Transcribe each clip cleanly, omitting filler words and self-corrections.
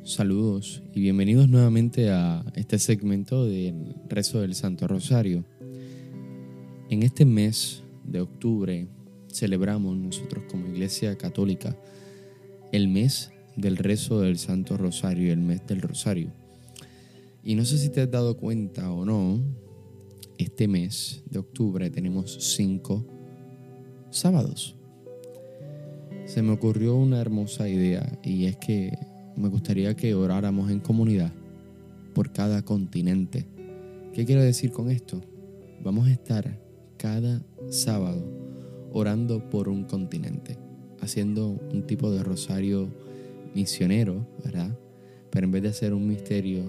Saludos y bienvenidos nuevamente a este segmento del rezo del Santo Rosario. En este mes de octubre celebramos nosotros como Iglesia Católica el mes del rezo del Santo Rosario, el mes del Rosario. Y no sé si te has dado cuenta o no, este mes de octubre tenemos 5 sábados. Se me ocurrió una hermosa idea y es que me gustaría que oráramos en comunidad por cada continente. ¿Qué quiero decir con esto? Vamos a estar cada sábado orando por un continente, haciendo un tipo de rosario misionero, ¿verdad? Pero en vez de hacer un misterio,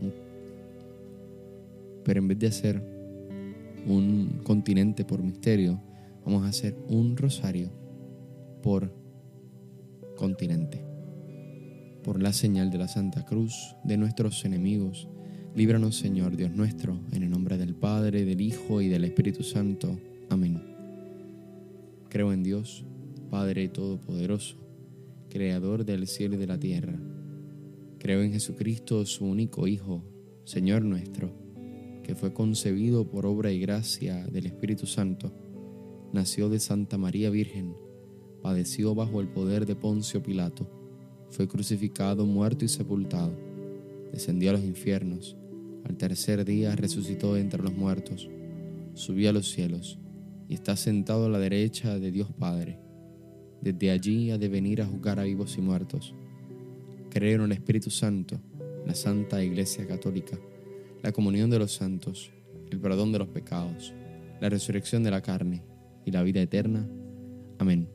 un continente por misterio, vamos a hacer un rosario por continente. Por la señal de la Santa Cruz de nuestros enemigos, líbranos, Señor Dios nuestro, en el nombre del Padre, del Hijo y del Espíritu Santo. Amén. Creo en Dios, Padre Todopoderoso, Creador del cielo y de la tierra. Creo en Jesucristo, su único Hijo, Señor nuestro, que fue concebido por obra y gracia del Espíritu Santo, nació de Santa María Virgen, padeció bajo el poder de Poncio Pilato, fue crucificado, muerto y sepultado, descendió a los infiernos, al tercer día resucitó de entre los muertos, subió a los cielos y está sentado a la derecha de Dios Padre. Desde allí ha de venir a juzgar a vivos y muertos. Creo en el Espíritu Santo, la Santa Iglesia Católica, la comunión de los santos, el perdón de los pecados, la resurrección de la carne y la vida eterna. Amén.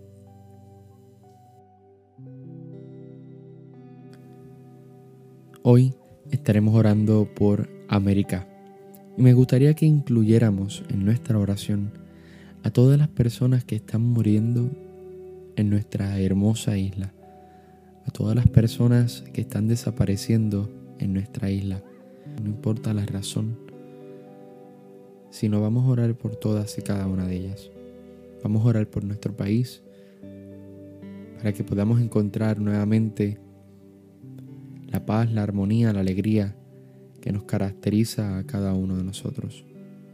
Hoy estaremos orando por América y me gustaría que incluyéramos en nuestra oración a todas las personas que están muriendo en nuestra hermosa isla, a todas las personas que están desapareciendo en nuestra isla. No importa la razón, sino vamos a orar por todas y cada una de ellas. Vamos a orar por nuestro país para que podamos encontrar nuevamente la paz, la armonía, la alegría que nos caracteriza a cada uno de nosotros.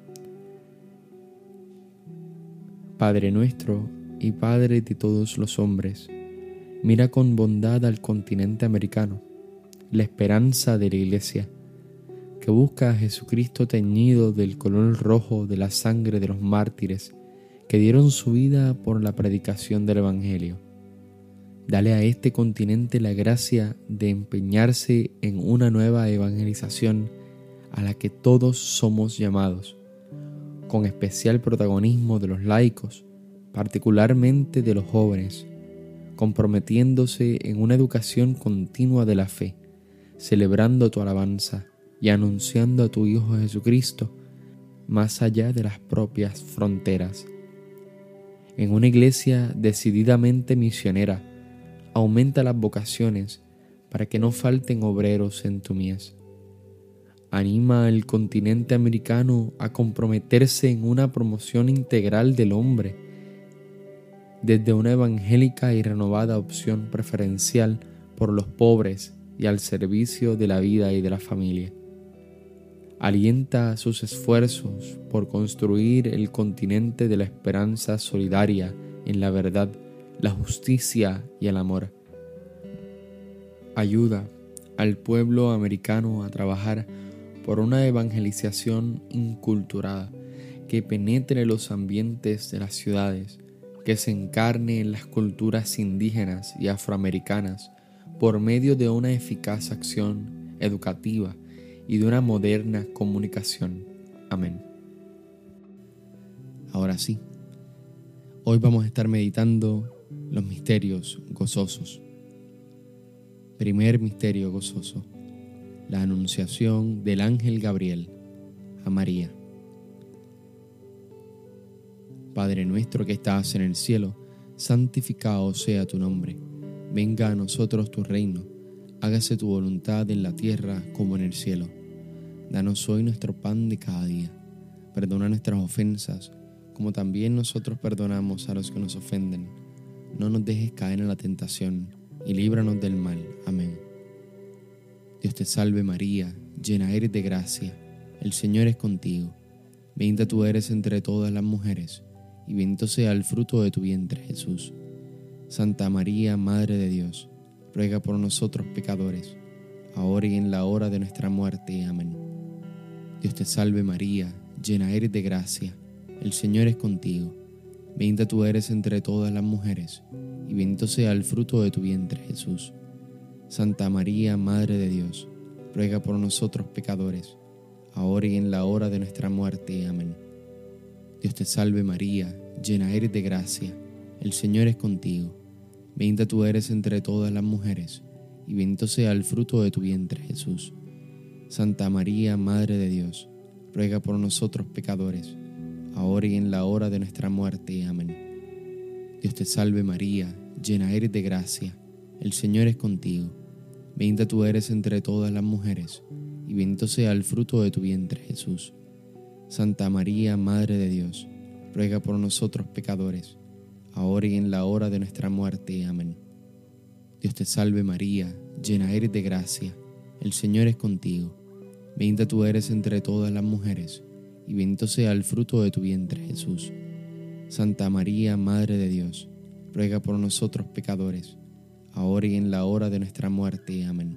Padre nuestro y Padre de todos los hombres, mira con bondad al continente americano, la esperanza de la Iglesia, que busca a Jesucristo teñido del color rojo de la sangre de los mártires que dieron su vida por la predicación del Evangelio. Dale a este continente la gracia de empeñarse en una nueva evangelización a la que todos somos llamados, con especial protagonismo de los laicos, particularmente de los jóvenes, comprometiéndose en una educación continua de la fe, celebrando tu alabanza y anunciando a tu Hijo Jesucristo más allá de las propias fronteras. En una iglesia decididamente misionera, aumenta las vocaciones para que no falten obreros en tu mies. Anima al continente americano a comprometerse en una promoción integral del hombre, desde una evangélica y renovada opción preferencial por los pobres y al servicio de la vida y de la familia. Alienta sus esfuerzos por construir el continente de la esperanza solidaria en la verdad, la justicia y el amor. Ayuda al pueblo americano a trabajar por una evangelización inculturada que penetre los ambientes de las ciudades, que se encarne en las culturas indígenas y afroamericanas por medio de una eficaz acción educativa y de una moderna comunicación. Amén. Ahora sí, hoy vamos a estar meditando los misterios gozosos. Primer misterio gozoso: la anunciación del ángel Gabriel a María. Padre nuestro que estás en el cielo, santificado sea tu nombre. Venga a nosotros tu reino. Hágase tu voluntad en la tierra como en el cielo. Danos hoy nuestro pan de cada día. Perdona nuestras ofensas, como también nosotros perdonamos a los que nos ofenden. No nos dejes caer en la tentación y líbranos del mal. Amén. te salve María, llena eres de gracia, el Señor es contigo. Bendita tú eres entre todas las mujeres, y bendito sea el fruto de tu vientre, Jesús. Santa María, Madre de Dios, ruega por nosotros pecadores, ahora y en la hora de nuestra muerte. Amén. Dios te salve María, llena eres de gracia, el Señor es contigo. Bendita tú eres entre todas las mujeres, y bendito sea el fruto de tu vientre, Jesús. Santa María, Madre de Dios, ruega por nosotros pecadores, ahora y en la hora de nuestra muerte. Amén. Dios te salve María, llena eres de gracia, el Señor es contigo. Bendita tú eres entre todas las mujeres, y bendito sea el fruto de tu vientre, Jesús. Santa María, Madre de Dios, ruega por nosotros pecadores, ahora y en la hora de nuestra muerte. Amén. Dios te salve María, llena eres de gracia, el Señor es contigo. Bendita tú eres entre todas las mujeres, y bendito sea el fruto de tu vientre, Jesús. Santa María, Madre de Dios, ruega por nosotros pecadores, ahora y en la hora de nuestra muerte. Amén. Dios te salve María, llena eres de gracia, el Señor es contigo. Bendita tú eres entre todas las mujeres, y bendito sea el fruto de tu vientre, Jesús. Santa María, Madre de Dios, ruega por nosotros pecadores, ahora y en la hora de nuestra muerte. Amén.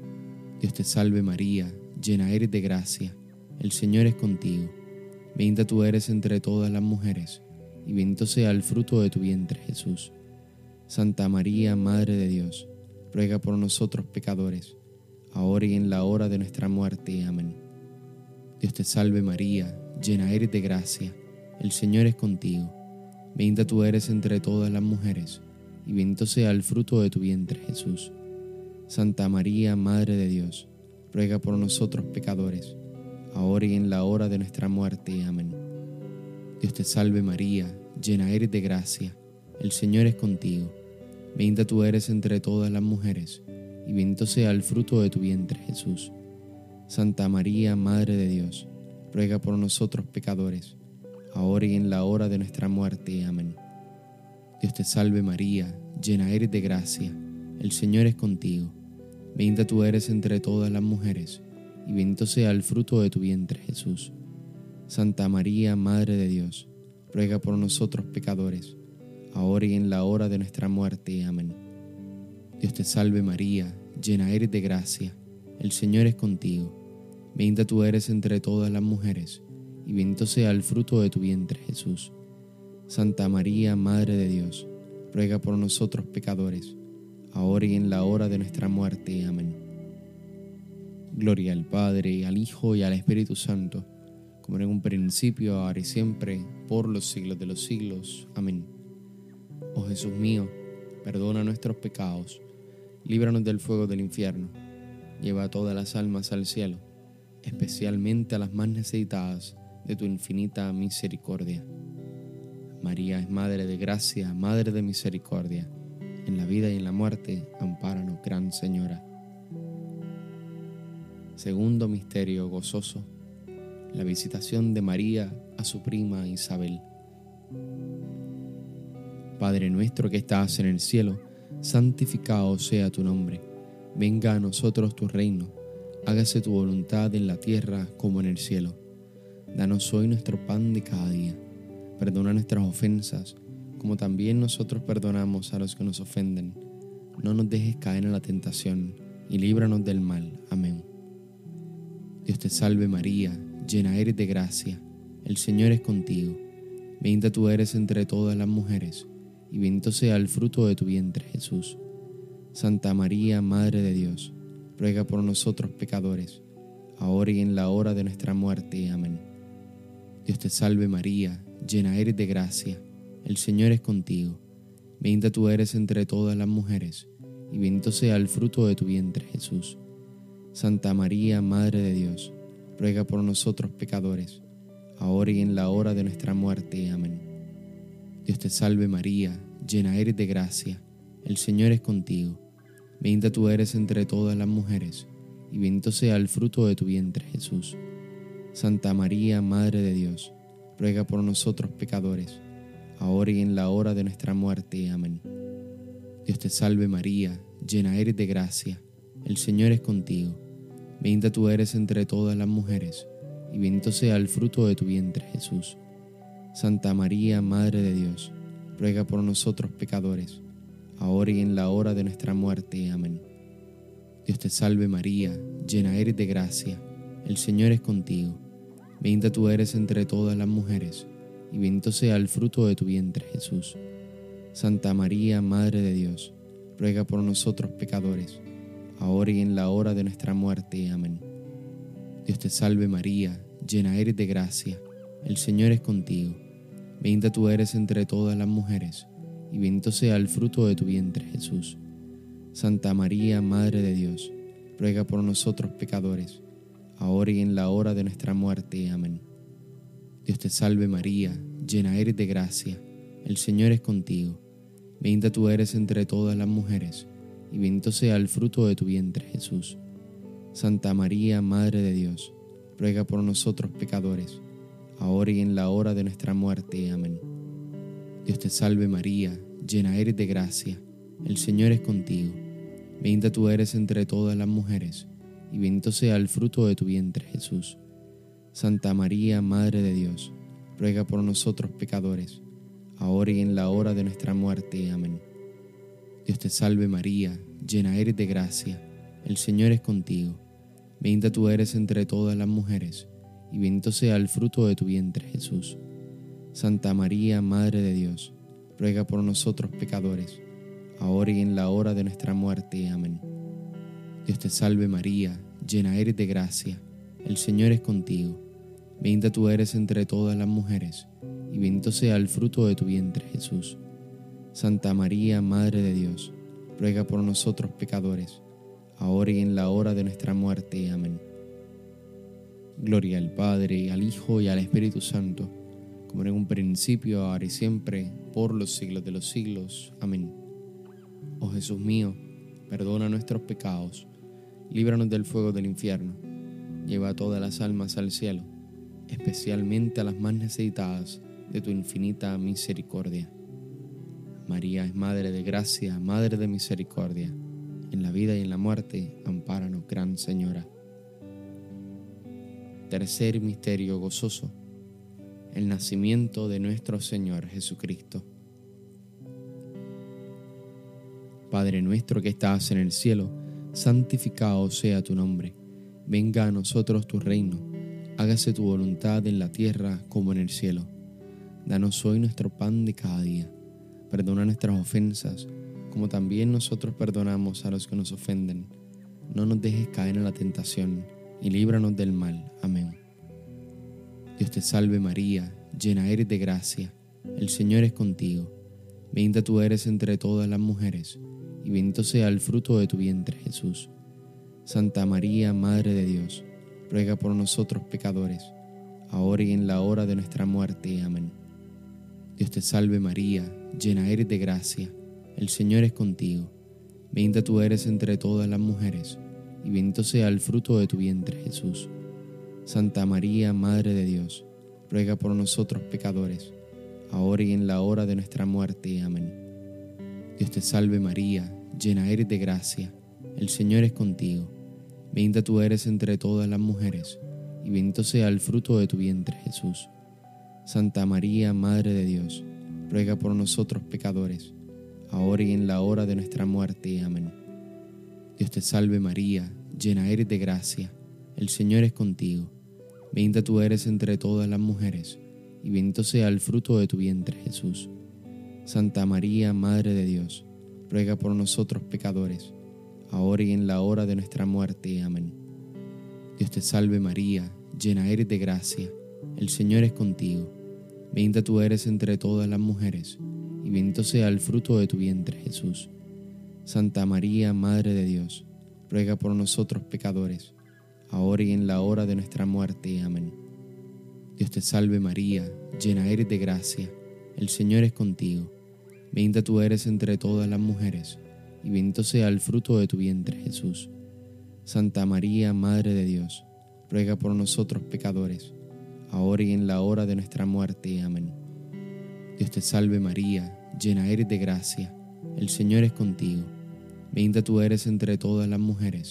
Dios te salve María, llena eres de gracia, el Señor es contigo. Bendita tú eres entre todas las mujeres, y bendito sea el fruto de tu vientre, Jesús. Santa María, Madre de Dios, ruega por nosotros pecadores, ahora y en la hora de nuestra muerte. Amén. Dios te salve María, llena eres de gracia, el Señor es contigo. Bendita tú eres entre todas las mujeres, y bendito sea el fruto de tu vientre, Jesús. Santa María, Madre de Dios, ruega por nosotros pecadores, ahora y en la hora de nuestra muerte. Amén. Dios te salve María, llena eres de gracia, el Señor es contigo. Bendita tú eres entre todas las mujeres, y bendito sea el fruto de tu vientre, Jesús. Santa María, Madre de Dios, ruega por nosotros pecadores, ahora y en la hora de nuestra muerte. Amén. Dios te salve María, llena eres de gracia, el Señor es contigo. Bendita tú eres entre todas las mujeres, y bendito sea el fruto de tu vientre, Jesús. Santa María, Madre de Dios, ruega por nosotros pecadores, ahora y en la hora de nuestra muerte. Amén. Dios te salve María, llena eres de gracia, el Señor es contigo. Bendita tú eres entre todas las mujeres, y bendito sea el fruto de tu vientre, Jesús. Santa María, Madre de Dios, ruega por nosotros pecadores, ahora y en la hora de nuestra muerte. Amén. Gloria al Padre, al Hijo y al Espíritu Santo, como en un principio, ahora y siempre, por los siglos de los siglos. Amén. Oh Jesús mío, perdona nuestros pecados, líbranos del fuego del infierno, lleva a todas las almas al cielo, especialmente a las más necesitadas de tu infinita misericordia. María es Madre de gracia, Madre de misericordia. En la vida y en la muerte, ampáranos, Gran Señora. Segundo misterio gozoso: la visitación de María a su prima Isabel. Padre nuestro que estás en el cielo, santificado sea tu nombre. Venga a nosotros tu reino. Hágase tu voluntad en la tierra como en el cielo. Danos hoy nuestro pan de cada día. Perdona nuestras ofensas, como también nosotros perdonamos a los que nos ofenden. No nos dejes caer en la tentación, y líbranos del mal. Amén. Dios te salve María, llena eres de gracia, el Señor es contigo. Bendita tú eres entre todas las mujeres, y bendito sea el fruto de tu vientre, Jesús. Santa María, Madre de Dios, ruega por nosotros pecadores, ahora y en la hora de nuestra muerte. Amén. Dios te salve María, llena eres de gracia, el Señor es contigo. Bendita tú eres entre todas las mujeres, y bendito sea el fruto de tu vientre, Jesús. Santa María, Madre de Dios, ruega por nosotros pecadores, ahora y en la hora de nuestra muerte. Amén. Dios te salve María, llena eres de gracia, el Señor es contigo. Bendita tú eres entre todas las mujeres, y bendito sea el fruto de tu vientre, Jesús. Santa María, Madre de Dios, ruega por nosotros pecadores, ahora y en la hora de nuestra muerte. Amén. Dios te salve María, llena eres de gracia, el Señor es contigo. bendita tú eres entre todas las mujeres, y bendito sea el fruto de tu vientre, Jesús. Santa María, Madre de Dios, ruega por nosotros pecadores, ahora y en la hora de nuestra muerte. Amén. Dios te salve María, llena eres de gracia, el Señor es contigo. Bendita tú eres entre todas las mujeres, y bendito sea el fruto de tu vientre, Jesús. Santa María, Madre de Dios, ruega por nosotros pecadores, ahora y en la hora de nuestra muerte. Amén. Dios te salve María, llena eres de gracia, el Señor es contigo. Bendita tú eres entre todas las mujeres, y bendito sea el fruto de tu vientre, Jesús. Santa María, Madre de Dios, ruega por nosotros pecadores, ahora y en la hora de nuestra muerte. Amén. Dios te salve María, llena eres de gracia, el Señor es contigo. Bendita tú eres entre todas las mujeres, y bendito sea el fruto de tu vientre, Jesús. Santa María, Madre de Dios, ruega por nosotros pecadores, ahora y en la hora de nuestra muerte. Amén. Dios te salve María, llena eres de gracia, el Señor es contigo. Bendita tú eres entre todas las mujeres, y bendito sea el fruto de tu vientre, Jesús. Santa María, Madre de Dios, ruega por nosotros pecadores, ahora y en la hora de nuestra muerte. Amén. Dios te salve María, llena eres de gracia, el Señor es contigo. Bendita tú eres entre todas las mujeres, y bendito sea el fruto de tu vientre, Jesús. Santa María, Madre de Dios, ruega por nosotros pecadores, ahora y en la hora de nuestra muerte. Amén. Dios te salve María, llena eres de gracia, el Señor es contigo. Bendita tú eres entre todas las mujeres, y bendito sea el fruto de tu vientre, Jesús. Santa María, Madre de Dios, ruega por nosotros pecadores, ahora y en la hora de nuestra muerte. Amén. Gloria al Padre, al Hijo y al Espíritu Santo, como en un principio, ahora y siempre, por los siglos de los siglos. Amén. Oh Jesús mío, perdona nuestros pecados, líbranos del fuego del infierno, lleva a todas las almas al cielo, especialmente a las más necesitadas de tu infinita misericordia. María es Madre de gracia, Madre de misericordia. En la vida y en la muerte, ampáranos, Gran Señora. Tercer misterio gozoso: el nacimiento de nuestro Señor Jesucristo. Padre nuestro que estás en el cielo, santificado sea tu nombre. Venga a nosotros tu reino. Hágase tu voluntad en la tierra como en el cielo. Danos hoy nuestro pan de cada día. Perdona nuestras ofensas, como también nosotros perdonamos a los que nos ofenden. No nos dejes caer en la tentación, y líbranos del mal. Amén. Dios te salve María, llena eres de gracia, el Señor es contigo. Bendita tú eres entre todas las mujeres, y bendito sea el fruto de tu vientre, Jesús. Santa María, Madre de Dios, ruega por nosotros pecadores, ahora y en la hora de nuestra muerte. Amén. Dios te salve María, llena eres de gracia, el Señor es contigo. Bendita tú eres entre todas las mujeres, y bendito sea el fruto de tu vientre, Jesús. Santa María, Madre de Dios, ruega por nosotros pecadores, ahora y en la hora de nuestra muerte. Amén. Dios te salve María, llena eres de gracia, el Señor es contigo. Bendita tú eres entre todas las mujeres, y bendito sea el fruto de tu vientre, Jesús. Santa María, Madre de Dios, ruega por nosotros pecadores, ahora y en la hora de nuestra muerte. Amén. Dios te salve María, llena eres de gracia, el Señor es contigo. Bendita tú eres entre todas las mujeres, y bendito sea el fruto de tu vientre, Jesús. Santa María, Madre de Dios, ruega por nosotros pecadores, ahora y en la hora de nuestra muerte. Amén. Dios te salve María, llena eres de gracia, el Señor es contigo. Bendita tú eres entre todas las mujeres, y bendito sea el fruto de tu vientre, Jesús. Santa María, Madre de Dios, ruega por nosotros pecadores, ahora y en la hora de nuestra muerte. Amén. Dios te salve María, llena eres de gracia, el Señor es contigo. Bendita tú eres entre todas las mujeres, y bendito sea el fruto de tu vientre, Jesús. Santa María, Madre de Dios, ruega por nosotros pecadores, ahora y en la hora de nuestra muerte. Amén. Dios te salve María, llena eres de gracia, el Señor es contigo. Bendita tú eres entre todas las mujeres,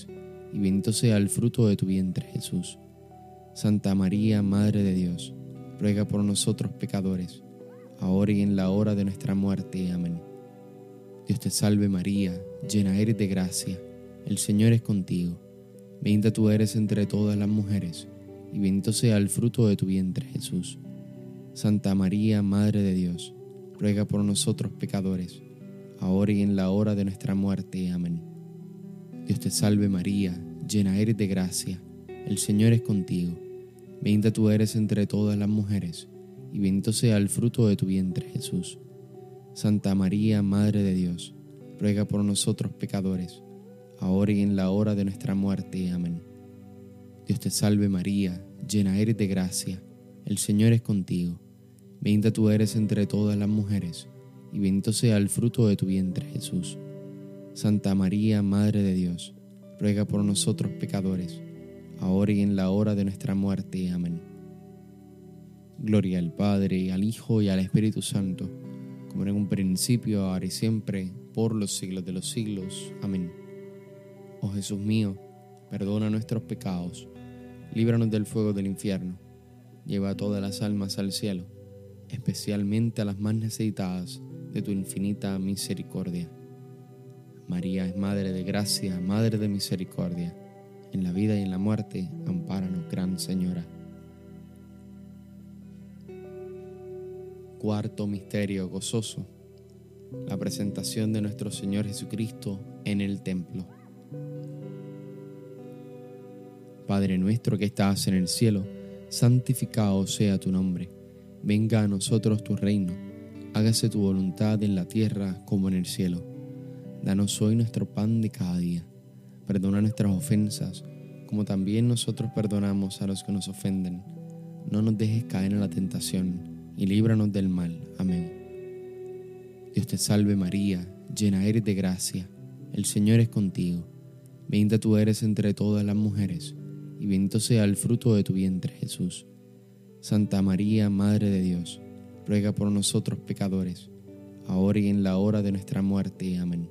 y bendito sea el fruto de tu vientre, Jesús. Santa María, Madre de Dios, ruega por nosotros pecadores, ahora y en la hora de nuestra muerte. Amén. Dios te salve María, llena eres de gracia, el Señor es contigo. Bendita tú eres entre todas las mujeres, y bendito sea el fruto de tu vientre, Jesús. Santa María, Madre de Dios, ruega por nosotros pecadores, ahora y en la hora de nuestra muerte. Amén. Dios te salve María, llena eres de gracia, el Señor es contigo. Bendita tú eres entre todas las mujeres, y bendito sea el fruto de tu vientre, Jesús. Santa María, Madre de Dios, ruega por nosotros pecadores, ahora y en la hora de nuestra muerte. Amén. Dios te salve María, llena eres de gracia, el Señor es contigo. Bendita tú eres entre todas las mujeres, y bendito sea el fruto de tu vientre, Jesús. Santa María, Madre de Dios, ruega por nosotros pecadores, ahora y en la hora de nuestra muerte. Amén. Gloria al Padre, al Hijo y al Espíritu Santo, como en un principio, ahora y siempre, por los siglos de los siglos. Amén. Oh Jesús mío, perdona nuestros pecados, líbranos del fuego del infierno, lleva a todas las almas al cielo, especialmente a las más necesitadas de tu infinita misericordia. María es Madre de gracia, Madre de misericordia. En la vida y en la muerte, ampáranos, Gran Señora. Cuarto misterio gozoso: la presentación de nuestro Señor Jesucristo en el templo. Padre nuestro que estás en el cielo, santificado sea tu nombre. Venga a nosotros tu reino. Hágase tu voluntad en la tierra como en el cielo. Danos hoy nuestro pan de cada día. Perdona nuestras ofensas, como también nosotros perdonamos a los que nos ofenden. No nos dejes caer en la tentación, y líbranos del mal. Amén. Dios te salve María, llena eres de gracia, el Señor es contigo. Bendita tú eres entre todas las mujeres, y bendito sea el fruto de tu vientre, Jesús. Santa María, Madre de Dios, ruega por nosotros pecadores, ahora y en la hora de nuestra muerte. Amén.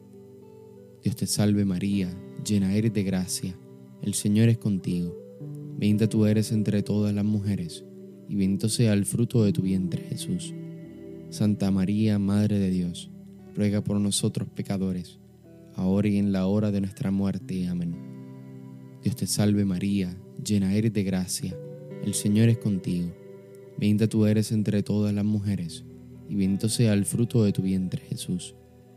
Dios te salve María, llena eres de gracia, el Señor es contigo. Bendita tú eres entre todas las mujeres, y bendito sea el fruto de tu vientre, Jesús. Santa María, Madre de Dios, ruega por nosotros pecadores, ahora y en la hora de nuestra muerte. Amén. Dios te salve María, llena eres de gracia, el Señor es contigo. Bendita tú eres entre todas las mujeres, y bendito sea el fruto de tu vientre, Jesús.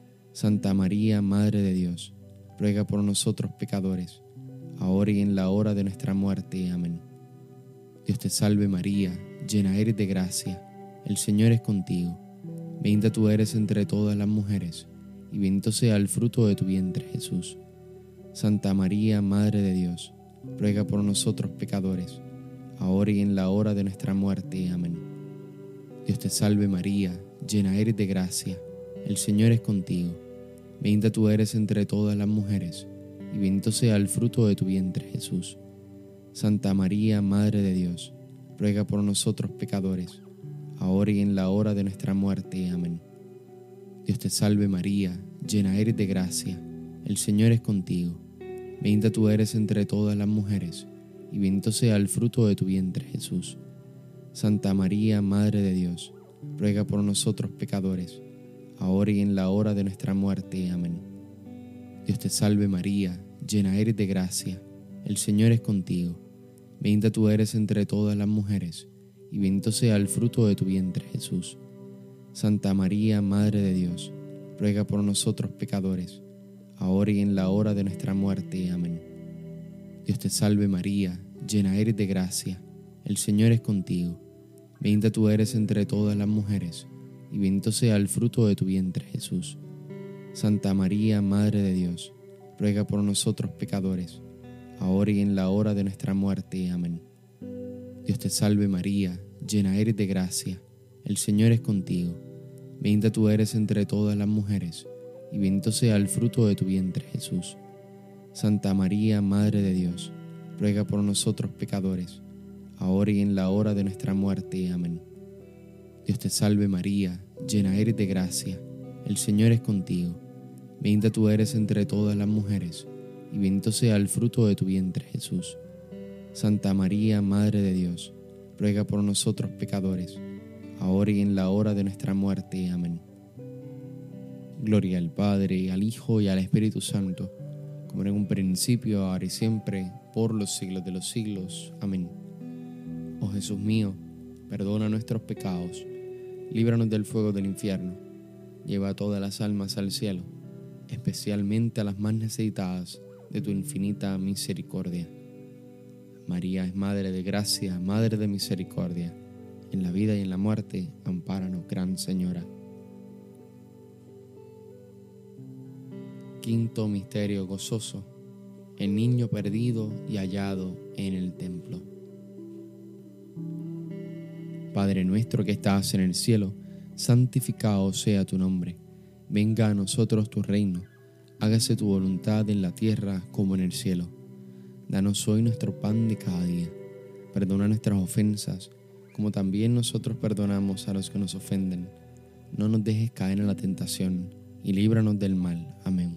Santa María, Madre de Dios, ruega por nosotros pecadores, ahora y en la hora de nuestra muerte. Amén. Dios te salve María, llena eres de gracia, el Señor es contigo. Bendita tú eres entre todas las mujeres, y bendito sea el fruto de tu vientre, Jesús. Santa María, Madre de Dios, ruega por nosotros pecadores, ahora y en la hora de nuestra muerte. Amén. Dios te salve María, llena eres de gracia, el Señor es contigo. Bendita tú eres entre todas las mujeres, y bendito sea el fruto de tu vientre, Jesús. Santa María, Madre de Dios, ruega por nosotros pecadores, ahora y en la hora de nuestra muerte. Amén. Dios te salve María, llena eres de gracia, el Señor es contigo. Bendita tú eres entre todas las mujeres, y bendito sea el fruto de tu vientre, Jesús. Santa María, Madre de Dios, ruega por nosotros pecadores, ahora y en la hora de nuestra muerte. Amén. Dios te salve María, llena eres de gracia, el Señor es contigo. Bendita tú eres entre todas las mujeres, y bendito sea el fruto de tu vientre, Jesús. Santa María, Madre de Dios, ruega por nosotros pecadores, ahora y en la hora de nuestra muerte. Amén. Dios te salve María, llena eres de gracia, el Señor es contigo. Bendita tú eres entre todas las mujeres, y bendito sea el fruto de tu vientre, Jesús. Santa María, Madre de Dios, ruega por nosotros pecadores, ahora y en la hora de nuestra muerte. Amén. Dios te salve María, llena eres de gracia, el Señor es contigo. Bendita tú eres entre todas las mujeres, y bendito sea el fruto de tu vientre, Jesús. Santa María, Madre de Dios, ruega por nosotros pecadores, ahora y en la hora de nuestra muerte. Amén. Dios te salve María, llena eres de gracia, el Señor es contigo. Bendita tú eres entre todas las mujeres, y bendito sea el fruto de tu vientre, Jesús. Santa María, Madre de Dios, ruega por nosotros pecadores, ahora y en la hora de nuestra muerte. Amén. Gloria al Padre, al Hijo y al Espíritu Santo, como en un principio, ahora y siempre, por los siglos de los siglos. Amén. Oh Jesús mío, perdona nuestros pecados, líbranos del fuego del infierno, lleva a todas las almas al cielo, especialmente a las más necesitadas de tu infinita misericordia. María es Madre de Gracia, Madre de Misericordia. En la vida y en la muerte, ampáranos, Gran Señora. Quinto misterio gozoso: el niño perdido y hallado en el templo. Padre nuestro que estás en el cielo, santificado sea tu nombre. Venga a nosotros tu reino. Hágase tu voluntad en la tierra como en el cielo. Danos hoy nuestro pan de cada día. Perdona nuestras ofensas, como también nosotros perdonamos a los que nos ofenden. No nos dejes caer en la tentación, y líbranos del mal. Amén.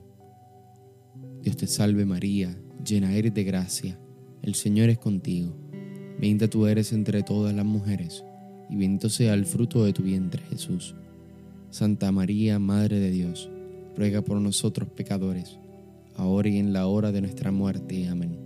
Dios te salve María, llena eres de gracia, el Señor es contigo. Bendita tú eres entre todas las mujeres, y bendito sea el fruto de tu vientre, Jesús. Santa María, Madre de Dios, ruega por nosotros pecadores, ahora y en la hora de nuestra muerte. Amén.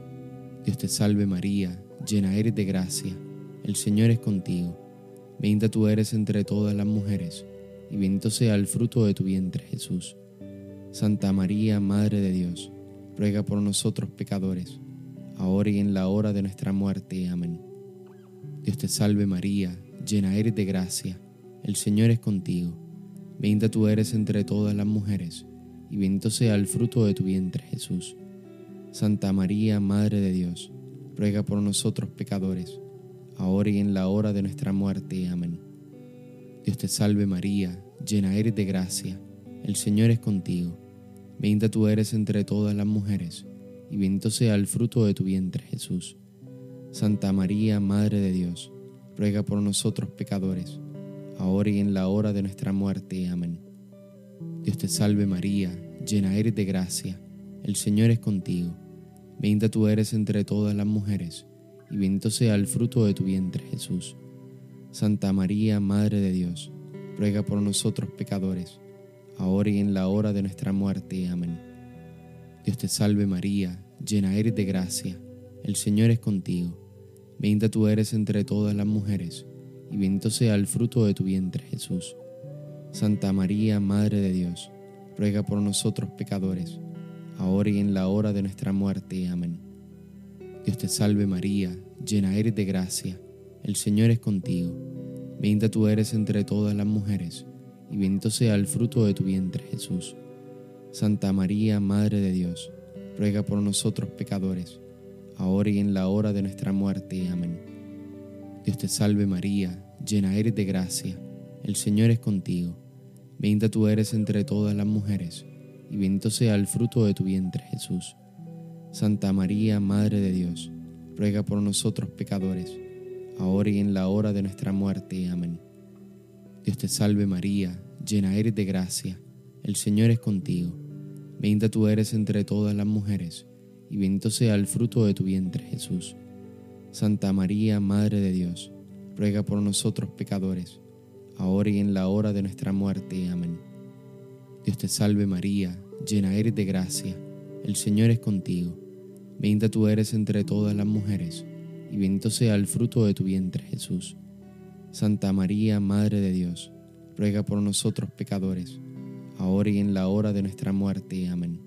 Dios te salve María, llena eres de gracia, el Señor es contigo. Bendita tú eres entre todas las mujeres, y bendito sea el fruto de tu vientre, Jesús. Santa María, Madre de Dios, ruega por nosotros pecadores, ahora y en la hora de nuestra muerte. Amén. Dios te salve María, llena eres de gracia, el Señor es contigo. Bendita tú eres entre todas las mujeres, y bendito sea el fruto de tu vientre, Jesús. Santa María, Madre de Dios, ruega por nosotros pecadores, ahora y en la hora de nuestra muerte. Amén. Dios te salve María, llena eres de gracia, el Señor es contigo. Bendita tú eres entre todas las mujeres, y bendito sea el fruto de tu vientre, Jesús. Santa María, Madre de Dios, ruega por nosotros pecadores, ahora y en la hora de nuestra muerte. Amén. Dios te salve María, llena eres de gracia, el Señor es contigo. Bendita tú eres entre todas las mujeres, y bendito sea el fruto de tu vientre, Jesús. Santa María, Madre de Dios, ruega por nosotros pecadores, ahora y en la hora de nuestra muerte. Amén. Dios te salve María, llena eres de gracia, el Señor es contigo. Bendita tú eres entre todas las mujeres, y bendito sea el fruto de tu vientre, Jesús. Santa María, Madre de Dios, ruega por nosotros pecadores, ahora y en la hora de nuestra muerte. Amén. Dios te salve María, llena eres de gracia, el Señor es contigo. Bendita tú eres entre todas las mujeres, y bendito sea el fruto de tu vientre, Jesús. Santa María, Madre de Dios, ruega por nosotros pecadores, ahora y en la hora de nuestra muerte. Amén. Dios te salve María, llena eres de gracia, el Señor es contigo. Bendita tú eres entre todas las mujeres, y bendito sea el fruto de tu vientre, Jesús. Santa María, Madre de Dios, ruega por nosotros pecadores, ahora y en la hora de nuestra muerte. Amén. Dios te salve María, llena eres de gracia, el Señor es contigo. Bendita tú eres entre todas las mujeres, y bendito sea el fruto de tu vientre, Jesús. Santa María, Madre de Dios, ruega por nosotros pecadores, ahora y en la hora de nuestra muerte. Amén. Dios te salve María, llena eres de gracia, el Señor es contigo. Bendita tú eres entre todas las mujeres, y bendito sea el fruto de tu vientre, Jesús. Santa María, Madre de Dios, ruega por nosotros pecadores, ahora y en la hora de nuestra muerte. Amén.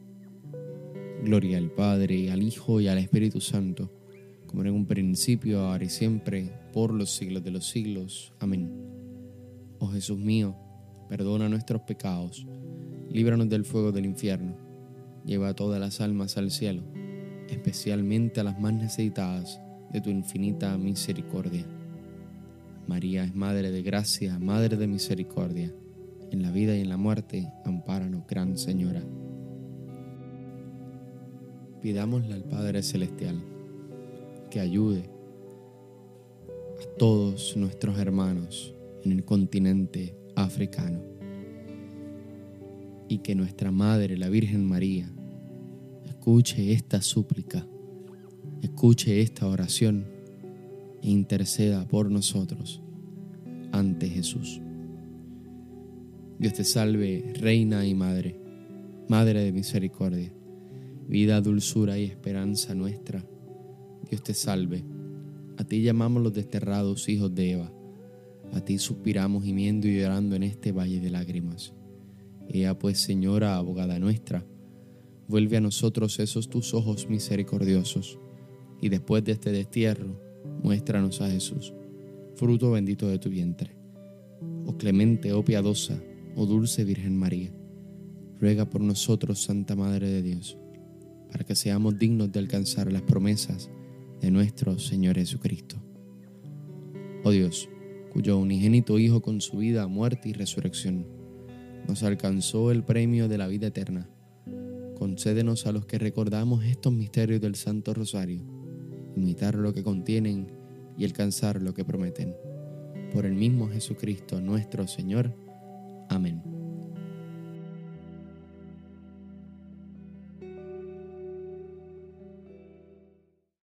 Gloria al Padre, al Hijo y al Espíritu Santo, como en un principio, ahora y siempre, por los siglos de los siglos. Amén. Oh Jesús mío, perdona nuestros pecados, líbranos del fuego del infierno, lleva a todas las almas al cielo, especialmente a las más necesitadas de tu infinita misericordia. María es Madre de Gracia, Madre de Misericordia. En la vida y en la muerte, ampáranos, Gran Señora. Pidámosle al Padre Celestial que ayude a todos nuestros hermanos en el continente africano, y que nuestra Madre, la Virgen María, escuche esta súplica, escuche esta oración e interceda por nosotros ante Jesús. Dios te salve, Reina y Madre, Madre de misericordia, vida, dulzura y esperanza nuestra. Dios te salve. A ti llamamos los desterrados hijos de Eva. A ti suspiramos gimiendo y llorando en este valle de lágrimas. Ea pues, Señora, abogada nuestra, vuelve a nosotros esos tus ojos misericordiosos, y después de este destierro, muéstranos a Jesús, fruto bendito de tu vientre. Oh clemente, oh piadosa, oh dulce Virgen María, ruega por nosotros, Santa Madre de Dios, para que seamos dignos de alcanzar las promesas de nuestro Señor Jesucristo. Oh Dios, cuyo unigénito Hijo con su vida, muerte y resurrección nos alcanzó el premio de la vida eterna, concédenos a los que recordamos estos misterios del Santo Rosario, imitar lo que contienen y alcanzar lo que prometen. Por el mismo Jesucristo nuestro Señor. Amén.